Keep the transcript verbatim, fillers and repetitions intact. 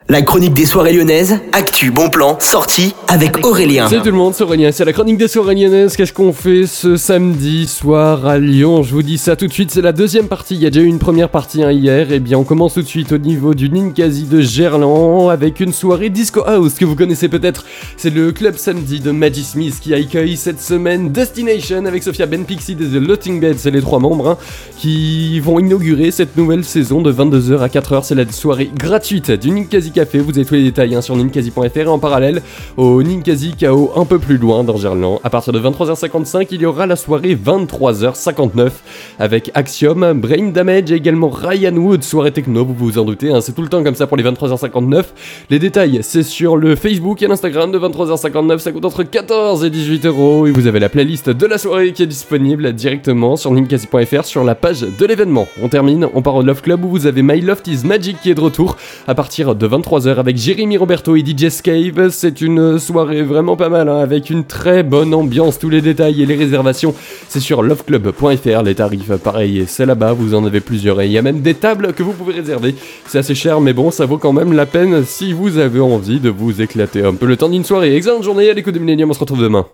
La chronique des soirées lyonnaises, actu, bon plan, sortie avec Aurélien. Salut tout le monde, c'est Aurélien, c'est la chronique des soirées lyonnaises. Qu'est-ce qu'on fait ce samedi soir à Lyon? Je vous dis ça tout de suite, c'est la deuxième partie. Il y a déjà eu une première partie hein, hier. Et bien on commence tout de suite au niveau du Ninkasi de Gerland avec une soirée Disco House que vous connaissez peut-être. C'est le club samedi de Maggie Smith qui accueille cette semaine Destination avec Sophia Ben Pixie de The Lotting Bed. C'est les trois membres hein, qui vont inaugurer cette nouvelle saison de vingt-deux heures à quatre heures. C'est la soirée gratuite du Ninkasi Café. Vous avez tous les détails hein, sur ninkasi point f r et en parallèle au Ninkasi K O un peu plus loin dans Gerland. À partir de vingt-trois heures cinquante-cinq, il y aura la soirée vingt-trois heures cinquante-neuf avec Axiom, Brain Damage et également Ryan Wood, soirée techno, vous vous en doutez, hein, c'est tout le temps comme ça pour les vingt-trois heures cinquante-neuf. Les détails, c'est sur le Facebook et l'Instagram de vingt-trois heures cinquante-neuf, ça coûte entre quatorze et dix-huit euros et vous avez la playlist de la soirée qui est disponible directement sur ninkasi point f r sur la page de l'événement. On termine, on part au Love Club où vous avez My Love is Magic qui est de retour à partir de vingt-trois heures avec Jérémy Roberto et D J Scave. C'est une soirée vraiment pas mal hein, avec une très bonne ambiance. Tous les détails et les réservations c'est sur loveclub point f r. Les tarifs pareil c'est là-bas, vous en avez plusieurs et il y a même des tables que vous pouvez réserver. C'est assez cher mais bon ça vaut quand même la peine si vous avez envie de vous éclater un peu le temps d'une soirée. Excellente journée à l'écoute de Millennium, on se retrouve demain.